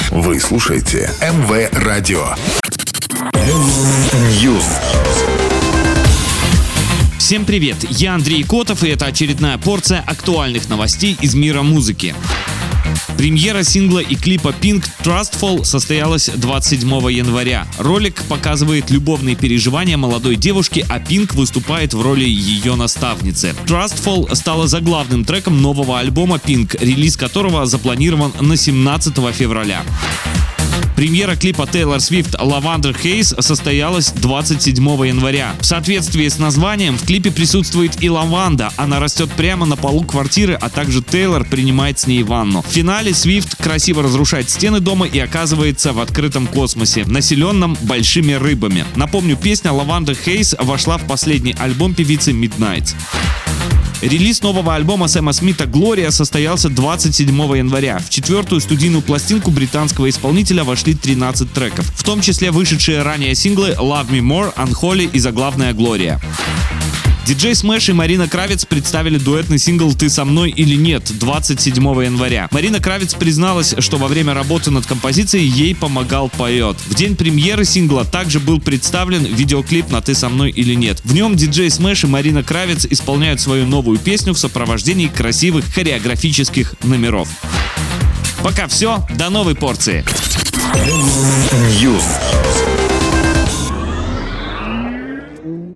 Вы слушаете МВ Радио. News. Всем привет, я Андрей Котов, и это очередная порция актуальных новостей из мира музыки. Премьера сингла и клипа Pink Trustful состоялась 27 января. Ролик показывает любовные переживания молодой девушки, а Pink выступает в роли ее наставницы. Trustful стала заглавным треком нового альбома Pink, релиз которого запланирован на 17 февраля. Премьера клипа Тейлор Свифт «Lavender Haze» состоялась 27 января. В соответствии с названием в клипе присутствует и лаванда. Она растет прямо на полу квартиры, а также Тейлор принимает с ней ванну. В финале Свифт красиво разрушает стены дома и оказывается в открытом космосе, населенном большими рыбами. Напомню, песня «Lavender Haze» вошла в последний альбом певицы Midnight. Релиз нового альбома Сэма Смита «Gloria» состоялся 27 января. В четвертую студийную пластинку британского исполнителя вошли 13 треков, в том числе вышедшие ранее синглы «Love Me More», «Unholy» и заглавная «Gloria». Диджей Смэш и Марина Кравец представили дуэтный сингл «Ты со мной или нет» 27 января. Марина Кравец призналась, что во время работы над композицией ей помогал поэт. В день премьеры сингла также был представлен видеоклип на «Ты со мной или нет». В нем диджей Смэш и Марина Кравец исполняют свою новую песню в сопровождении красивых хореографических номеров. Пока все, до новой порции. News.